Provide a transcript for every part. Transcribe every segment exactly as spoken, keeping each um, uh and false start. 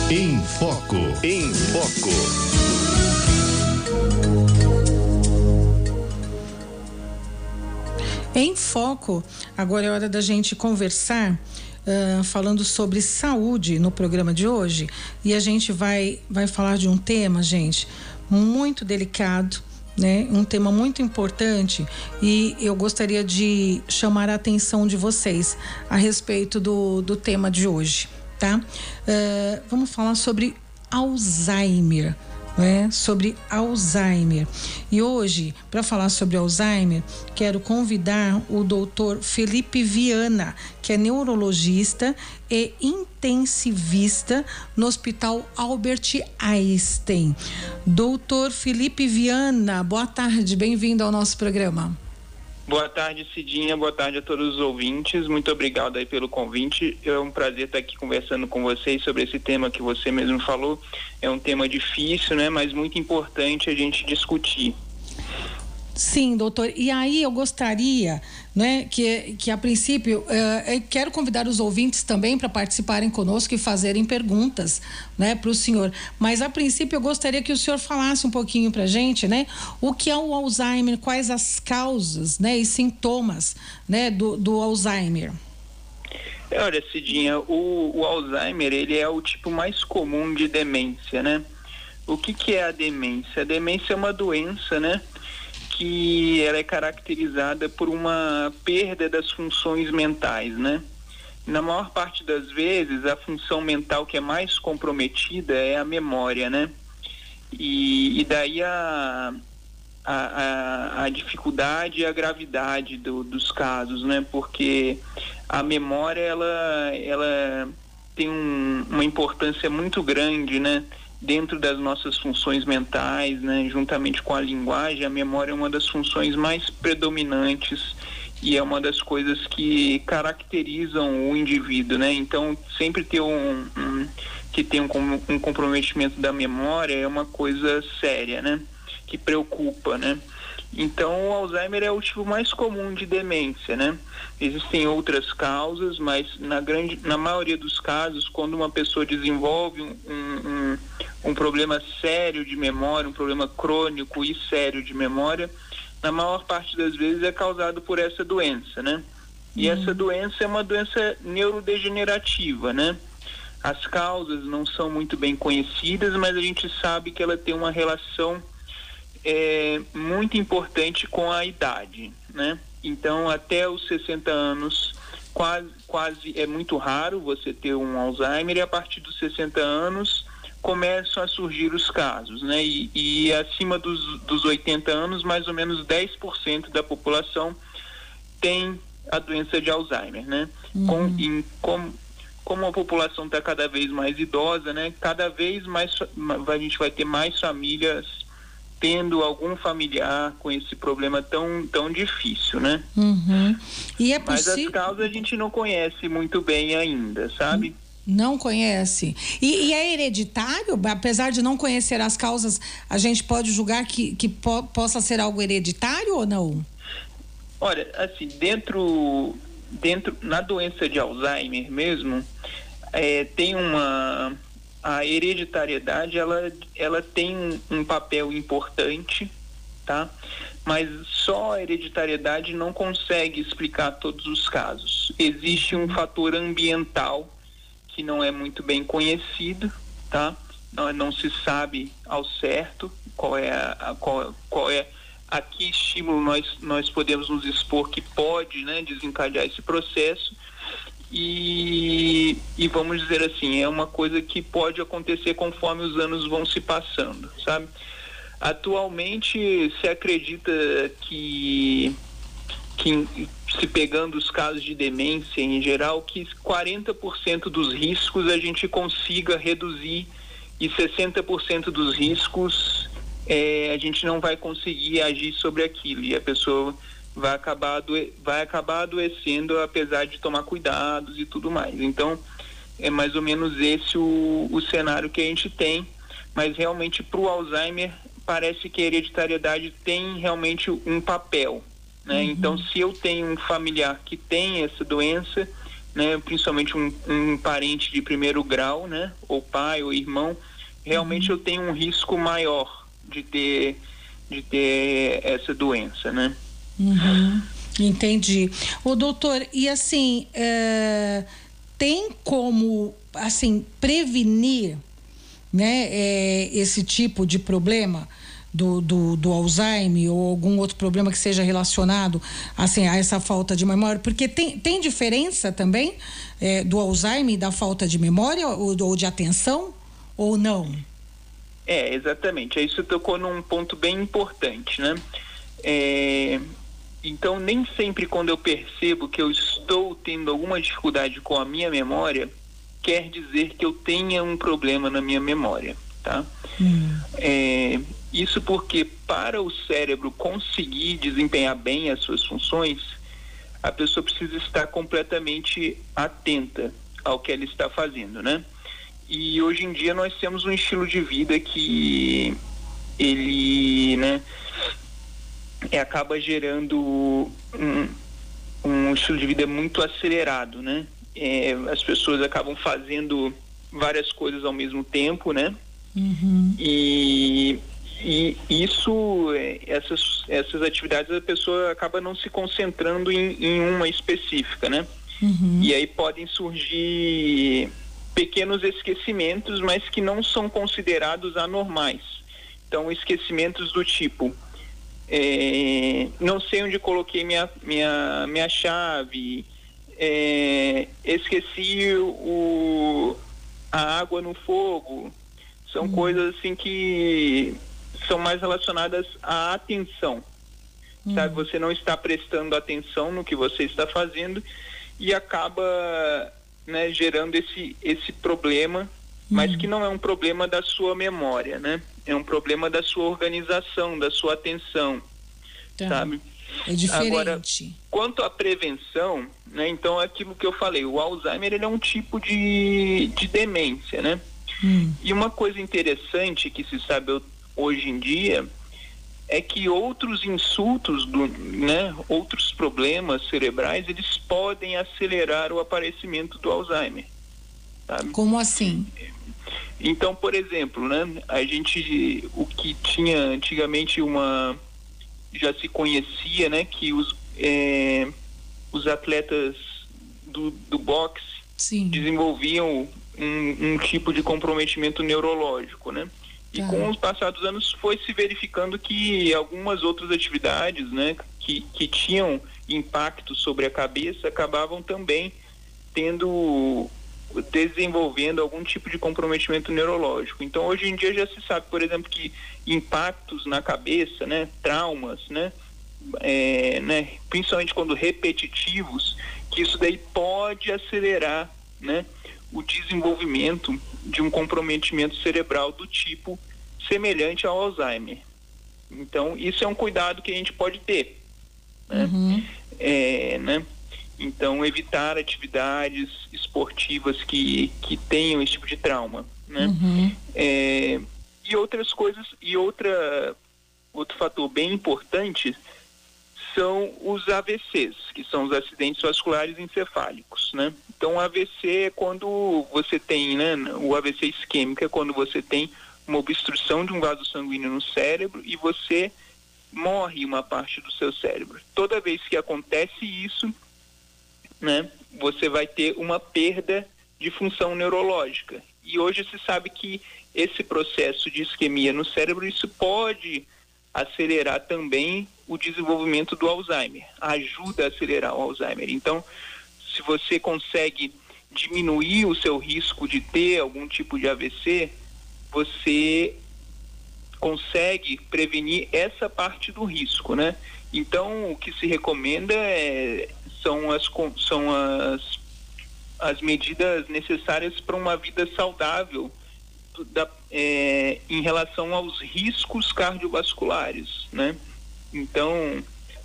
Em Foco. Em Foco. Em Foco, agora é hora da gente conversar, uh, falando sobre saúde no programa de hoje. E a gente vai, vai falar de um tema, gente, muito delicado, né? Um tema muito importante, e eu gostaria de chamar a atenção de vocês a respeito do, do tema de hoje, tá? Uh, vamos falar sobre Alzheimer. É, sobre Alzheimer. E hoje, para falar sobre Alzheimer, quero convidar o doutor Felipe Viana, que é neurologista e intensivista no Hospital Albert Einstein. Doutor Felipe Viana, boa tarde, bem-vindo ao nosso programa. Boa tarde, Cidinha, boa tarde a todos os ouvintes, muito obrigado aí pelo convite. É um prazer estar aqui conversando com vocês sobre esse tema que você mesmo falou. É um tema difícil, né, mas muito importante a gente discutir. Sim, doutor. E aí eu gostaria, né, que, que a princípio, uh, quero convidar os ouvintes também para participarem conosco e fazerem perguntas, né, para o senhor. Mas a princípio eu gostaria que o senhor falasse um pouquinho para a gente, né, o que é o Alzheimer, quais as causas, né, e sintomas, né, do, do Alzheimer. Olha, Cidinha, o, o Alzheimer, ele é o tipo mais comum de demência, né? O que que é a demência? A demência é uma doença, né, que ela é caracterizada por uma perda das funções mentais, né? Na maior parte das vezes, a função mental que é mais comprometida é a memória, né? E, e daí a, a, a, a dificuldade e a gravidade do, dos casos, né? Porque a memória, ela, ela tem um, uma importância muito grande, né, dentro das nossas funções mentais, né, juntamente com a linguagem. A memória é uma das funções mais predominantes e é uma das coisas que caracterizam o indivíduo, né? Então, sempre ter um, um que tem um, um comprometimento da memória é uma coisa séria, né, que preocupa, né? Então, o Alzheimer é o tipo mais comum de demência, né? Existem outras causas, mas na grande, na maioria dos casos, quando uma pessoa desenvolve um, um, um problema sério de memória, um problema crônico e sério de memória, na maior parte das vezes é causado por essa doença, né? E uhum. essa doença é uma doença neurodegenerativa, né? As causas não são muito bem conhecidas, mas a gente sabe que ela tem uma relação é muito importante com a idade, né? Então, até os sessenta anos, quase, quase é muito raro você ter um Alzheimer, e a partir dos sessenta anos começam a surgir os casos, né? E, e acima dos, dos oitenta anos, mais ou menos dez por cento da população tem a doença de Alzheimer, né? Uhum. Com, em, com, como a população está cada vez mais idosa, né? Cada vez mais a gente vai ter mais famílias tendo algum familiar com esse problema tão, tão difícil, né? Uhum. E é Mas possi... as causas a gente não conhece muito bem ainda, sabe? Não conhece. E, e é hereditário? Apesar de não conhecer as causas, a gente pode julgar que, que po- possa ser algo hereditário ou não? Olha, assim, dentro, dentro na doença de Alzheimer mesmo, é, tem uma... A hereditariedade, ela, ela tem um, um papel importante, tá? Mas só a hereditariedade não consegue explicar todos os casos. Existe um fator ambiental que não é muito bem conhecido, tá? Não, não se sabe ao certo qual é a, qual, qual é a que estímulo nós, nós podemos nos expor que pode, né, desencadear esse processo. E, e vamos dizer assim, é uma coisa que pode acontecer conforme os anos vão se passando, sabe? Atualmente se acredita que, que se pegando os casos de demência em geral, que quarenta por cento dos riscos a gente consiga reduzir e sessenta por cento dos riscos é, a gente não vai conseguir agir sobre aquilo, e a pessoa vai acabar, adoe- vai acabar adoecendo, apesar de tomar cuidados e tudo mais. Então, é mais ou menos esse o, o cenário que a gente tem, mas realmente para o Alzheimer parece que a hereditariedade tem realmente um papel, né? Uhum. Então, se eu tenho um familiar que tem essa doença, né, principalmente um, um parente de primeiro grau, né, ou pai ou irmão, realmente uhum. eu tenho um risco maior de ter, de ter essa doença, né? Uhum. Entendi. Ô, doutor, e assim, é, tem como, assim, prevenir, né, é, esse tipo de problema do, do, do Alzheimer ou algum outro problema que seja relacionado, assim, a essa falta de memória? Porque tem, tem diferença também é, do Alzheimer e da falta de memória ou, ou de atenção, ou não? É, exatamente. Aí você tocou num ponto bem importante, né? É... Então, nem sempre quando eu percebo que eu estou tendo alguma dificuldade com a minha memória, quer dizer que eu tenha um problema na minha memória, tá? Hum. É, isso porque para o cérebro conseguir desempenhar bem as suas funções, a pessoa precisa estar completamente atenta ao que ela está fazendo, né? E hoje em dia nós temos um estilo de vida que ele, né, É, acaba gerando um, um estilo de vida muito acelerado, né? É, as pessoas acabam fazendo várias coisas ao mesmo tempo, né? Uhum. E, e isso, essas, essas atividades, a pessoa acaba não se concentrando em, em uma específica, né? Uhum. E aí podem surgir pequenos esquecimentos, mas que não são considerados anormais. Então, esquecimentos do tipo... É, não sei onde coloquei minha, minha, minha chave, é, esqueci o, a água no fogo. São uhum. coisas assim que são mais relacionadas à atenção. Uhum. Sabe? Você não está prestando atenção no que você está fazendo e acaba, né, gerando esse, esse problema, uhum. mas que não é um problema da sua memória, né? É um problema da sua organização, da sua atenção, tá. sabe? É diferente. Agora, quanto à prevenção, né? Então, é aquilo que eu falei, o Alzheimer, ele é um tipo de, de demência, né? Hum. E uma coisa interessante que se sabe hoje em dia é que outros insultos, do, né? Outros problemas cerebrais, eles podem acelerar o aparecimento do Alzheimer, sabe? Como assim? Então, por exemplo, né, a gente, o que tinha antigamente uma, já se conhecia, né, que os, é, os atletas do, do boxe Sim. desenvolviam um, um tipo de comprometimento neurológico, né? E ah. com os passados anos foi se verificando que algumas outras atividades, né, que, que tinham impacto sobre a cabeça acabavam também tendo... desenvolvendo algum tipo de comprometimento neurológico. Então, hoje em dia já se sabe, por exemplo, que impactos na cabeça, né, traumas, né, é, né, principalmente quando repetitivos, que isso daí pode acelerar, né, o desenvolvimento de um comprometimento cerebral do tipo semelhante ao Alzheimer. Então, isso é um cuidado que a gente pode ter, né? Uhum. É, né? Então, evitar atividades esportivas que, que tenham esse tipo de trauma, né? Uhum. É, e outras coisas, e outra, outro fator bem importante são os A V Cs, que são os acidentes vasculares encefálicos, né? Então, o A V C é quando você tem, né? O A V C isquêmico é quando você tem uma obstrução de um vaso sanguíneo no cérebro e você morre uma parte do seu cérebro. Toda vez que acontece isso, né, você vai ter uma perda de função neurológica. E hoje se sabe que esse processo de isquemia no cérebro, isso pode acelerar também o desenvolvimento do Alzheimer, ajuda a acelerar o Alzheimer. Então, se você consegue diminuir o seu risco de ter algum tipo de A V C, você consegue prevenir essa parte do risco, né? Então, o que se recomenda é, são, as, são as, as medidas necessárias para uma vida saudável da, é, em relação aos riscos cardiovasculares, né? Então,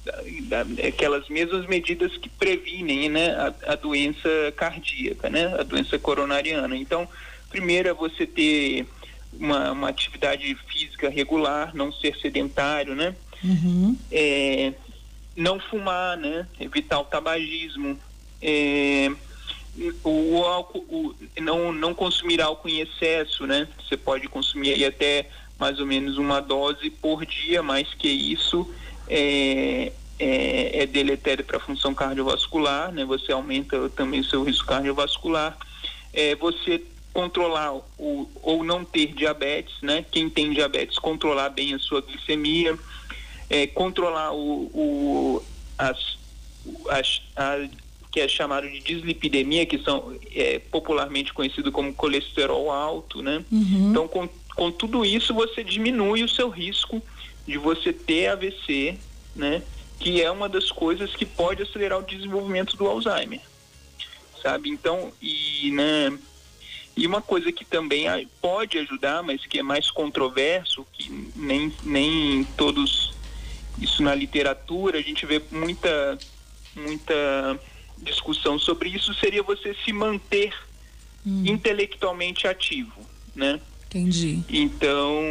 aquelas mesmas medidas que previnem, né, a, a doença cardíaca, né, a doença coronariana. Então, primeiro é você ter uma, uma atividade física regular, não ser sedentário, né? Uhum. É, não fumar, né? Evitar o tabagismo, é, o, o álcool, o, não, não consumir álcool em excesso, né? Você pode consumir aí até mais ou menos uma dose por dia, mais que isso é, é, é deletério para a função cardiovascular, né? Você aumenta também o seu risco cardiovascular. É, você controlar o, ou não ter diabetes, né? Quem tem diabetes, controlar bem a sua glicemia, é, controlar o, o as, as a, que é chamado de dislipidemia, que são é, popularmente conhecido como colesterol alto, né? Uhum. Então, com, com tudo isso, você diminui o seu risco de você ter A V C, né? Que é uma das coisas que pode acelerar o desenvolvimento do Alzheimer, sabe? Então, e, né? E uma coisa que também pode ajudar, mas que é mais controverso, que nem, nem todos, isso na literatura, a gente vê muita, muita discussão sobre isso, seria você se manter hum. intelectualmente ativo, né? Entendi. Então,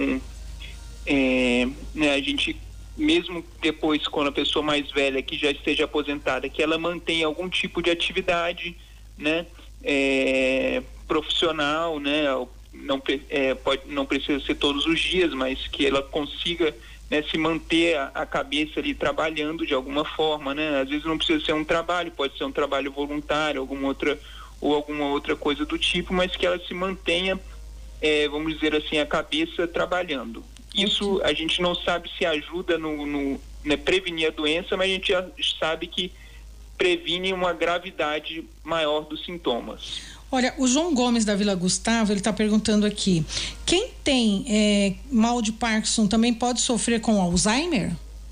é, né, a gente, mesmo depois, quando a pessoa mais velha, que já esteja aposentada, que ela mantenha algum tipo de atividade, né? É, profissional, né? Não, é, pode, não precisa ser todos os dias, mas que ela consiga, né, se manter a, a cabeça ali trabalhando de alguma forma, né? Às vezes não precisa ser um trabalho, pode ser um trabalho voluntário, alguma outra, ou alguma outra coisa do tipo, mas que ela se mantenha, é, vamos dizer assim, a cabeça trabalhando. Isso a gente não sabe se ajuda no, no né, prevenir a doença, mas a gente já sabe que previne uma gravidade maior dos sintomas. Olha, o João Gomes da Vila Gustavo, ele está perguntando aqui, quem tem é, mal de Parkinson também pode sofrer com Alzheimer?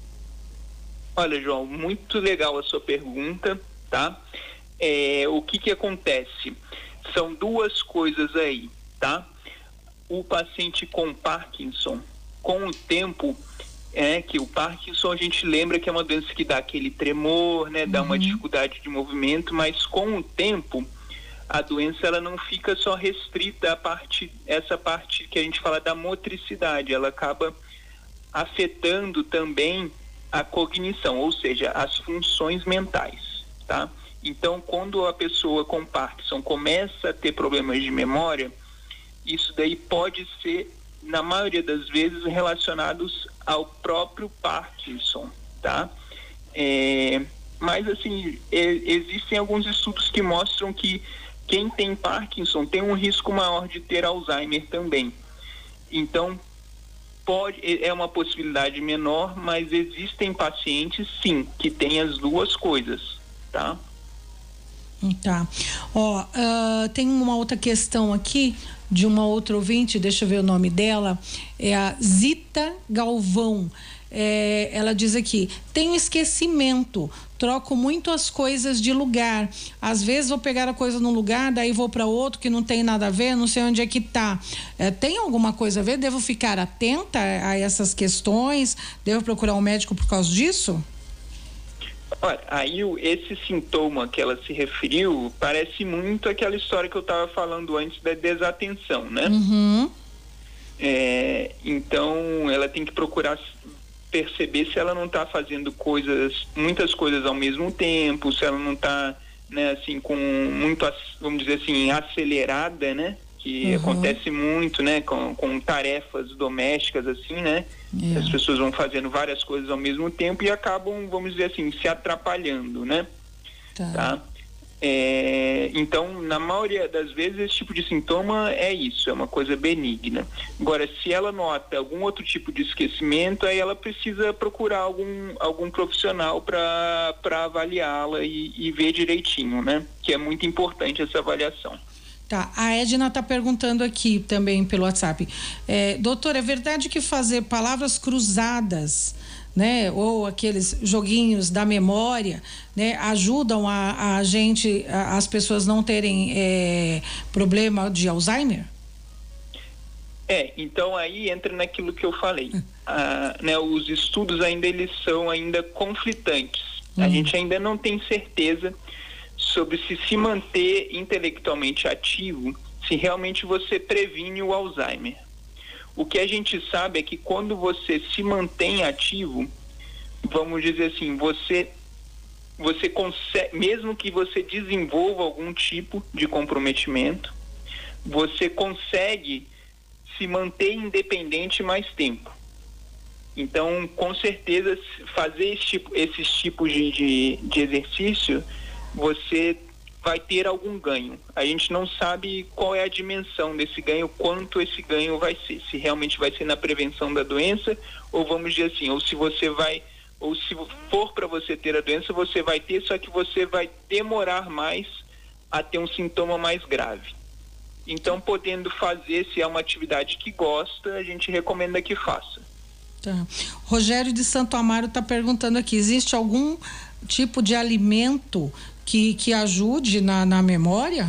Olha, João, muito legal a sua pergunta, tá? É, o que que acontece? São duas coisas aí, tá? O paciente com Parkinson, com o tempo, é que o Parkinson a gente lembra que é uma doença que dá aquele tremor, né? Dá uhum. uma dificuldade de movimento, mas com o tempo a doença ela não fica só restrita à parte, essa parte que a gente fala da motricidade, ela acaba afetando também a cognição, ou seja, as funções mentais, tá? Então, quando a pessoa com Parkinson começa a ter problemas de memória, isso daí pode ser, na maioria das vezes, relacionados ao próprio Parkinson, tá? É, mas, assim, é, existem alguns estudos que mostram que quem tem Parkinson tem um risco maior de ter Alzheimer também. Então, pode, é uma possibilidade menor, mas existem pacientes, sim, que têm as duas coisas, tá? Tá. Ó, uh, tem uma outra questão aqui de uma outra ouvinte, deixa eu ver o nome dela, é a Zita Galvão. É, ela diz aqui, tenho esquecimento, troco muito as coisas de lugar, às vezes vou pegar a coisa num lugar, daí vou para outro que não tem nada a ver, não sei onde é que tá. É, tem alguma coisa a ver? Devo ficar atenta a essas questões? Devo procurar um médico por causa disso? Olha, aí esse sintoma que ela se referiu parece muito aquela história que eu estava falando antes da desatenção, né? Uhum. É, então ela tem que procurar perceber se ela não está fazendo coisas, muitas coisas ao mesmo tempo, se ela não está, né, assim, com muito, vamos dizer assim, acelerada, né? Que uhum. acontece muito, né? Com, com tarefas domésticas, assim, né? Yeah. As pessoas vão fazendo várias coisas ao mesmo tempo e acabam, vamos dizer assim, se atrapalhando, né? Tá. Tá? É, então, na maioria das vezes, esse tipo de sintoma é isso, é uma coisa benigna. Agora, se ela nota algum outro tipo de esquecimento, aí ela precisa procurar algum, algum profissional para para avaliá-la e, e ver direitinho, né? Que é muito importante essa avaliação. Tá, a Edna está perguntando aqui também pelo WhatsApp. É, doutor, é verdade que fazer palavras cruzadas, né, ou aqueles joguinhos da memória, né, ajudam a, a gente, a, as pessoas não terem é, problema de Alzheimer? É, então aí entra naquilo que eu falei. ah, né, os estudos ainda eles são ainda conflitantes. Hum. A gente ainda não tem certeza sobre se se manter intelectualmente ativo, se realmente você previne o Alzheimer. O que a gente sabe é que quando você se mantém ativo, vamos dizer assim, você você consegue, mesmo que você desenvolva algum tipo de comprometimento, você consegue se manter independente mais tempo. Então, com certeza, fazer esse tipo, esses tipos de, de, de exercício, você vai ter algum ganho. A gente não sabe qual é a dimensão desse ganho, quanto esse ganho vai ser. Se realmente vai ser na prevenção da doença, ou vamos dizer assim, ou se você vai, ou se for para você ter a doença, você vai ter, só que você vai demorar mais a ter um sintoma mais grave. Então, podendo fazer, se é uma atividade que gosta, a gente recomenda que faça. Tá. Rogério de Santo Amaro está perguntando aqui, existe algum tipo de alimento que, que ajude na, na memória?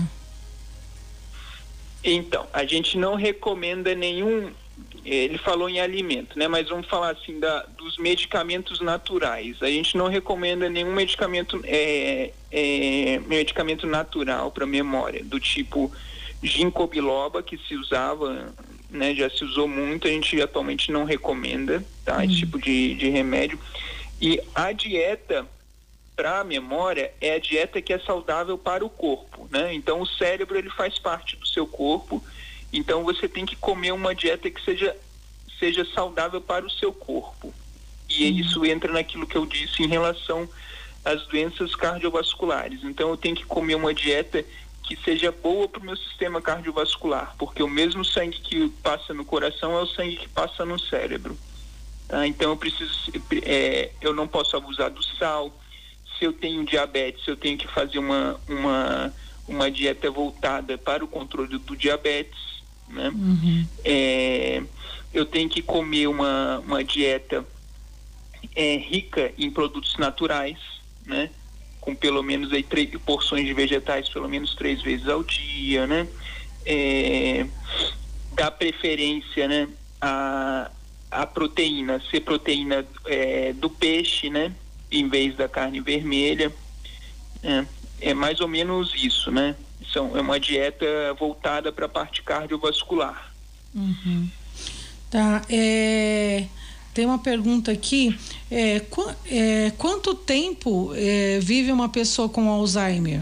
Então, a gente não recomenda nenhum, ele falou em alimento, né? Mas vamos falar assim da, dos medicamentos naturais. A gente não recomenda nenhum medicamento, é, é, medicamento natural para memória, do tipo ginkgo biloba, que se usava, né, já se usou muito, a gente atualmente não recomenda, tá? Uhum. Esse tipo de, de remédio. E a dieta para a memória é a dieta que é saudável para o corpo, né? Então o cérebro, ele faz parte do seu corpo, então você tem que comer uma dieta que seja, seja saudável para o seu corpo. E uhum. isso entra naquilo que eu disse em relação às doenças cardiovasculares. Então eu tenho que comer uma dieta que seja boa para o meu sistema cardiovascular, porque o mesmo sangue que passa no coração é o sangue que passa no cérebro, tá? Então eu preciso, é, eu não posso abusar do sal. Se eu tenho diabetes, eu tenho que fazer uma, uma, uma dieta voltada para o controle do diabetes, né? Uhum. É, eu tenho que comer uma, uma dieta é, rica em produtos naturais, né? Com pelo menos aí três porções de vegetais, pelo menos três vezes ao dia, né? É, dar preferência, né, a, a proteína, ser proteína é, do peixe, né, em vez da carne vermelha. É, é mais ou menos isso, né? São, é uma dieta voltada para a parte cardiovascular. Uhum. Tá, é... Tem uma pergunta aqui, é, qu- é, quanto tempo é, vive uma pessoa com Alzheimer?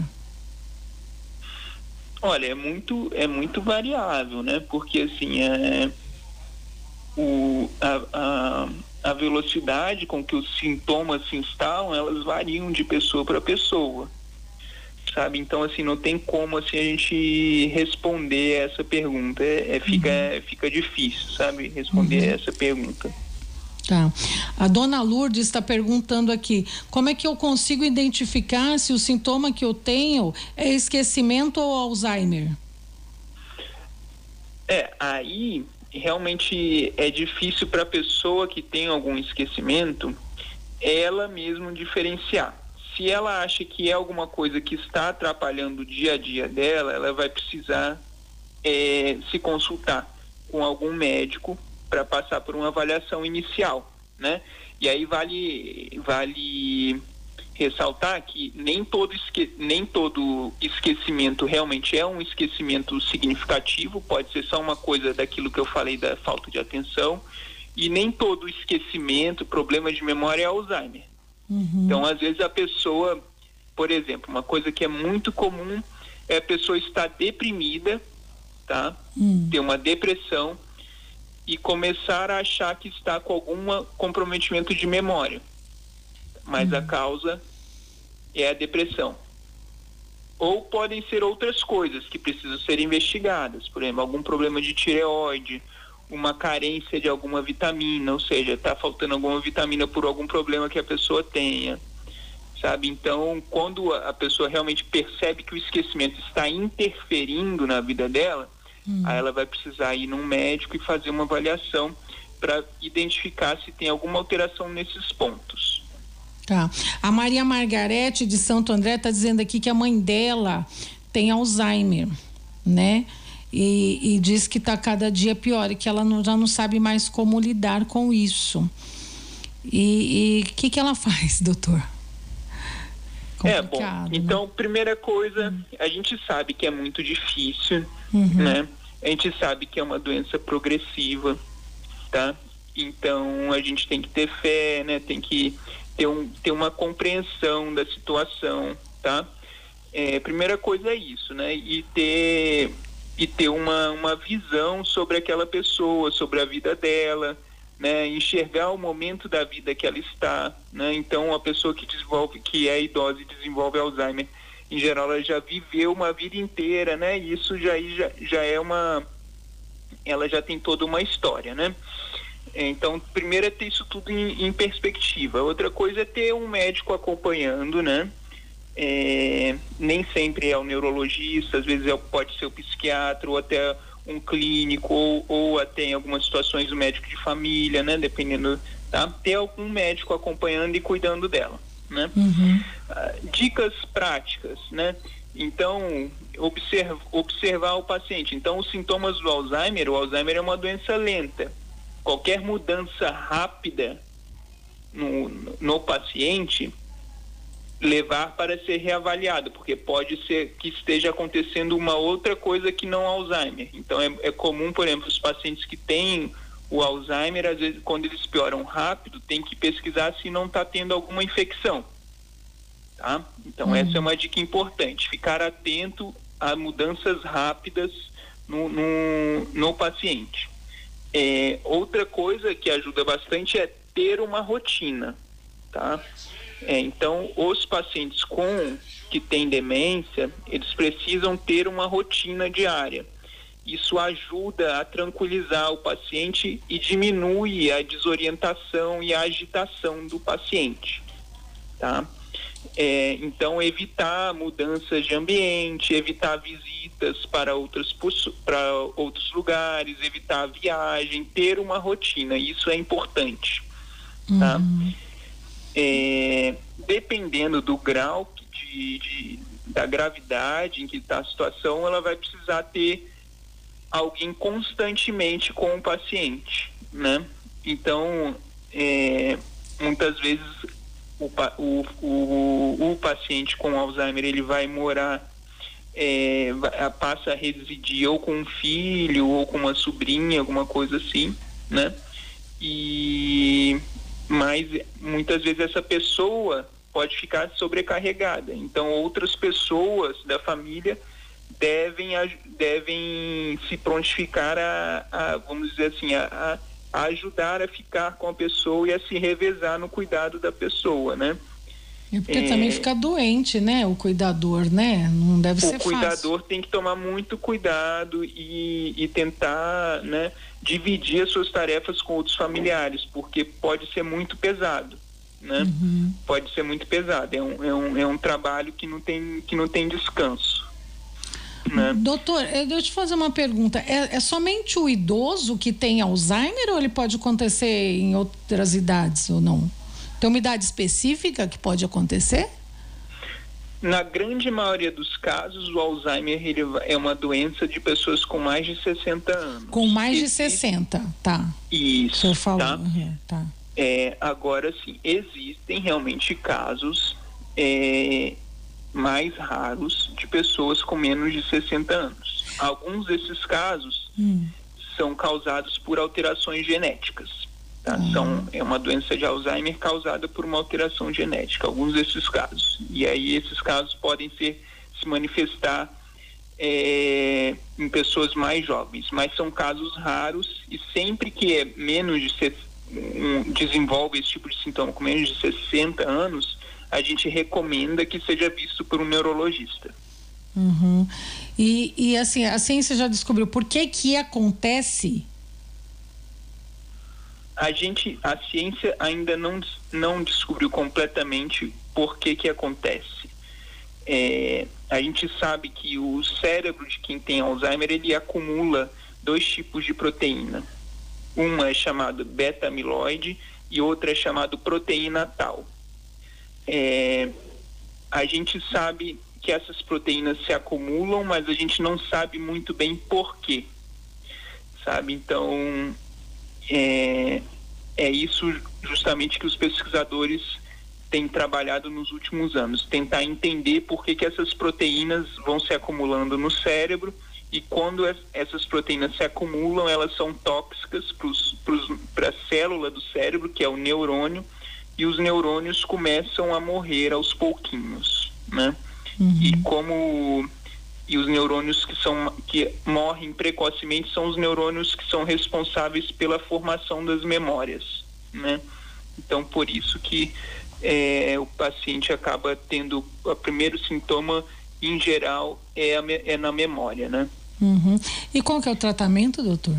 Olha, é muito, é muito variável, né? Porque assim, é, o, a, a, a velocidade com que os sintomas se instalam, elas variam de pessoa para pessoa, sabe? Então, assim, não tem como assim, a gente responder essa pergunta, é, é, fica, uhum. é, fica difícil, sabe? Responder uhum. essa pergunta. Tá. A dona Lourdes está perguntando aqui, como é que eu consigo identificar se o sintoma que eu tenho é esquecimento ou Alzheimer? É, aí realmente é difícil para a pessoa que tem algum esquecimento ela mesmo diferenciar. Se ela acha que é alguma coisa que está atrapalhando o dia a dia dela, ela vai precisar é, se consultar com algum médico para passar por uma avaliação inicial, né? E aí vale, vale ressaltar que nem todo, esque, nem todo esquecimento realmente é um esquecimento significativo, pode ser só uma coisa daquilo que eu falei da falta de atenção, e nem todo esquecimento, problema de memória é Alzheimer. Uhum. Então, às vezes a pessoa, por exemplo, uma coisa que é muito comum é a pessoa estar deprimida, tá? Uhum. Ter uma depressão e começar a achar que está com algum comprometimento de memória. Mas uhum. a causa é a depressão. Ou podem ser outras coisas que precisam ser investigadas, por exemplo, algum problema de tireoide, uma carência de alguma vitamina, ou seja, está faltando alguma vitamina por algum problema que a pessoa tenha, sabe? Então, quando a pessoa realmente percebe que o esquecimento está interferindo na vida dela, Hum. aí ela vai precisar ir num médico e fazer uma avaliação para identificar se tem alguma alteração nesses pontos. Tá. A Maria Margarete de Santo André está dizendo aqui que a mãe dela tem Alzheimer, né? E, e diz que está cada dia pior e que ela não, já não sabe mais como lidar com isso. E o que, que ela faz, doutor? É, bom, então, primeira coisa, uhum. a gente sabe que é muito difícil, uhum. né? A gente sabe que é uma doença progressiva, tá? Então, a gente tem que ter fé, né? Tem que ter, um, ter uma compreensão da situação, tá? É, primeira coisa é isso, né? E ter, e ter uma, uma visão sobre aquela pessoa, sobre a vida dela, né? Enxergar o momento da vida que ela está, né? Então, a pessoa que desenvolve, que é idosa e desenvolve Alzheimer, em geral, ela já viveu uma vida inteira, né? E isso já, já, já é uma... ela já tem toda uma história, né? Então, primeiro é ter isso tudo em, em perspectiva. Outra coisa é ter um médico acompanhando, né? É, nem sempre é o neurologista, às vezes é, pode ser o psiquiatra ou até um clínico ou, ou até em algumas situações o médico de família, né? Dependendo, tá? Ter algum médico acompanhando e cuidando dela, né? Uhum. Ah, dicas práticas, né? Então, observ, observar o paciente. Então, os sintomas do Alzheimer, o Alzheimer é uma doença lenta. Qualquer mudança rápida no, no paciente levar para ser reavaliado, porque pode ser que esteja acontecendo uma outra coisa que não Alzheimer. Então, é, é comum, por exemplo, os pacientes que têm o Alzheimer, às vezes, quando eles pioram rápido, tem que pesquisar se não está tendo alguma infecção. Tá? Então, uhum. essa é uma dica importante, ficar atento a mudanças rápidas no, no, no paciente. É, outra coisa que ajuda bastante é ter uma rotina, tá? É, então, os pacientes com que têm demência, eles precisam ter uma rotina diária. Isso ajuda a tranquilizar o paciente e diminui a desorientação e a agitação do paciente, tá? É, então, evitar mudanças de ambiente, evitar visitas para outros, para outros lugares, evitar viagem, ter uma rotina, isso é importante. Tá? Uhum. É, dependendo do grau de, de, da gravidade em que está a situação, ela vai precisar ter alguém constantemente com o paciente, né? Então, é, muitas vezes O, o, o, o paciente com Alzheimer, ele vai morar, é, vai, passa a residir ou com um filho ou com uma sobrinha, alguma coisa assim, né? E, mas muitas vezes essa pessoa pode ficar sobrecarregada. Então, outras pessoas da família devem, devem se prontificar a, a vamos dizer assim, a, a a ajudar a ficar com a pessoa e a se revezar no cuidado da pessoa, né? E porque é, também fica doente, né? O cuidador, né? Não deve ser fácil. O cuidador tem que tomar muito cuidado e, e tentar, né, dividir as suas tarefas com outros familiares, porque pode ser muito pesado, né? Uhum. Pode ser muito pesado. É um, é um, é um trabalho que não tem, que não tem descanso. Né? Doutor, deixa eu te fazer uma pergunta. É, é somente o idoso que tem Alzheimer ou ele pode acontecer em outras idades ou não? Tem uma idade específica que pode acontecer? Na grande maioria dos casos, o Alzheimer ele é uma doença de pessoas com mais de sessenta anos. Com mais de sessenta, tá. Isso, o senhor falou. Tá? Uhum, tá. É, agora sim, existem realmente casos... É, mais raros de pessoas com menos de sessenta anos. Alguns desses casos hum. são causados por alterações genéticas. Tá? Hum. São, é uma doença de Alzheimer causada por uma alteração genética, alguns desses casos. E aí esses casos podem ser, se manifestar é, em pessoas mais jovens, mas são casos raros e sempre que é menos de um, desenvolve esse tipo de sintoma com menos de sessenta anos, a gente recomenda que seja visto por um neurologista. Uhum. E, e assim, a ciência já descobriu por que que acontece? A gente, a ciência ainda não, não descobriu completamente por que que acontece. É, a gente sabe que o cérebro de quem tem Alzheimer, ele acumula dois tipos de proteína. Uma é chamada beta-amiloide e outra é chamada proteína tau. É, a gente sabe que essas proteínas se acumulam, mas a gente não sabe muito bem por quê, sabe? Então, é, é isso justamente que os pesquisadores têm trabalhado nos últimos anos, tentar entender por que que essas proteínas vão se acumulando no cérebro e quando es, essas proteínas se acumulam, elas são tóxicas para a célula do cérebro, que é o neurônio, e os neurônios começam a morrer aos pouquinhos, né? Uhum. E como e os neurônios que são que morrem precocemente são os neurônios que são responsáveis pela formação das memórias, né? Então, por isso que é, o paciente acaba tendo o primeiro sintoma, em geral, é, a, é na memória, né? Uhum. E qual que é o tratamento, doutor?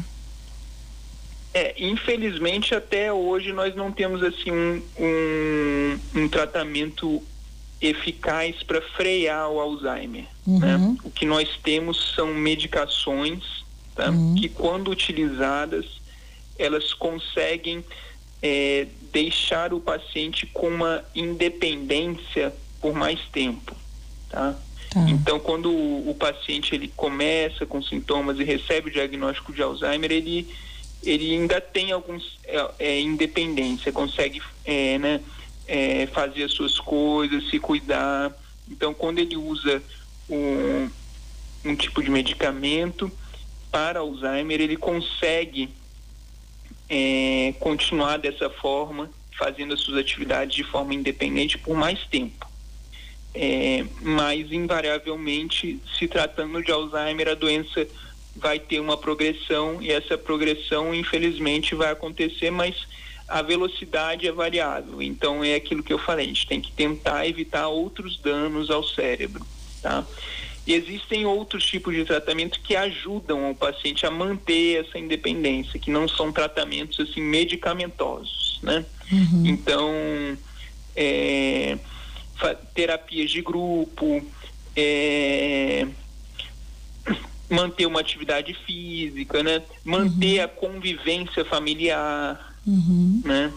É, infelizmente, até hoje nós não temos assim um, um, um tratamento eficaz para frear o Alzheimer. Uhum. Né? O que nós temos são medicações, tá? Uhum. Que, quando utilizadas, elas conseguem é, deixar o paciente com uma independência por mais tempo, tá? Tá. Então, quando o, o paciente ele começa com sintomas e recebe o diagnóstico de Alzheimer, ele ele ainda tem alguns é, é, independência, consegue é, né, é, fazer as suas coisas, se cuidar. Então, quando ele usa um, um tipo de medicamento para Alzheimer, ele consegue é, continuar dessa forma, fazendo as suas atividades de forma independente por mais tempo. É, mas, invariavelmente, se tratando de Alzheimer, a doença vai ter uma progressão, e essa progressão, infelizmente, vai acontecer, mas a velocidade é variável. Então, é aquilo que eu falei, a gente tem que tentar evitar outros danos ao cérebro, tá? E existem outros tipos de tratamento que ajudam o paciente a manter essa independência, que não são tratamentos, assim, medicamentosos, né? Uhum. Então, é, terapias de grupo, é... manter uma atividade física, né? Manter uhum. a convivência familiar, uhum. né?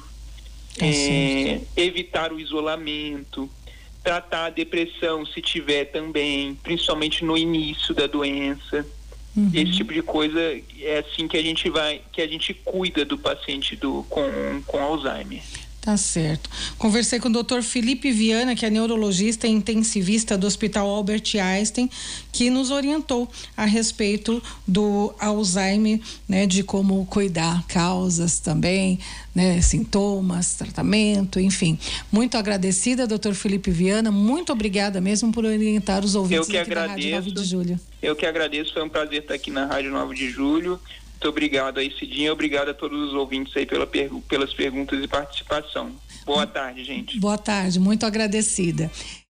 É, evitar o isolamento, tratar a depressão se tiver também, principalmente no início da doença. Uhum. Esse tipo de coisa é assim que a gente vai, que a gente cuida do paciente do, com, com Alzheimer. Tá certo. Conversei com o doutor Felipe Viana, que é neurologista e intensivista do Hospital Albert Einstein, que nos orientou a respeito do Alzheimer, né, de como cuidar, causas também, né, sintomas, tratamento, enfim. Muito agradecida, doutor Felipe Viana, muito obrigada mesmo por orientar os ouvintes aqui agradeço, da Rádio nove de julho. Eu que agradeço, foi um prazer estar aqui na Rádio nove de julho. Muito obrigado aí, Cidinha. Obrigado a todos os ouvintes aí pela pergu- pelas perguntas e participação. Boa tarde, gente. Boa tarde, muito agradecida.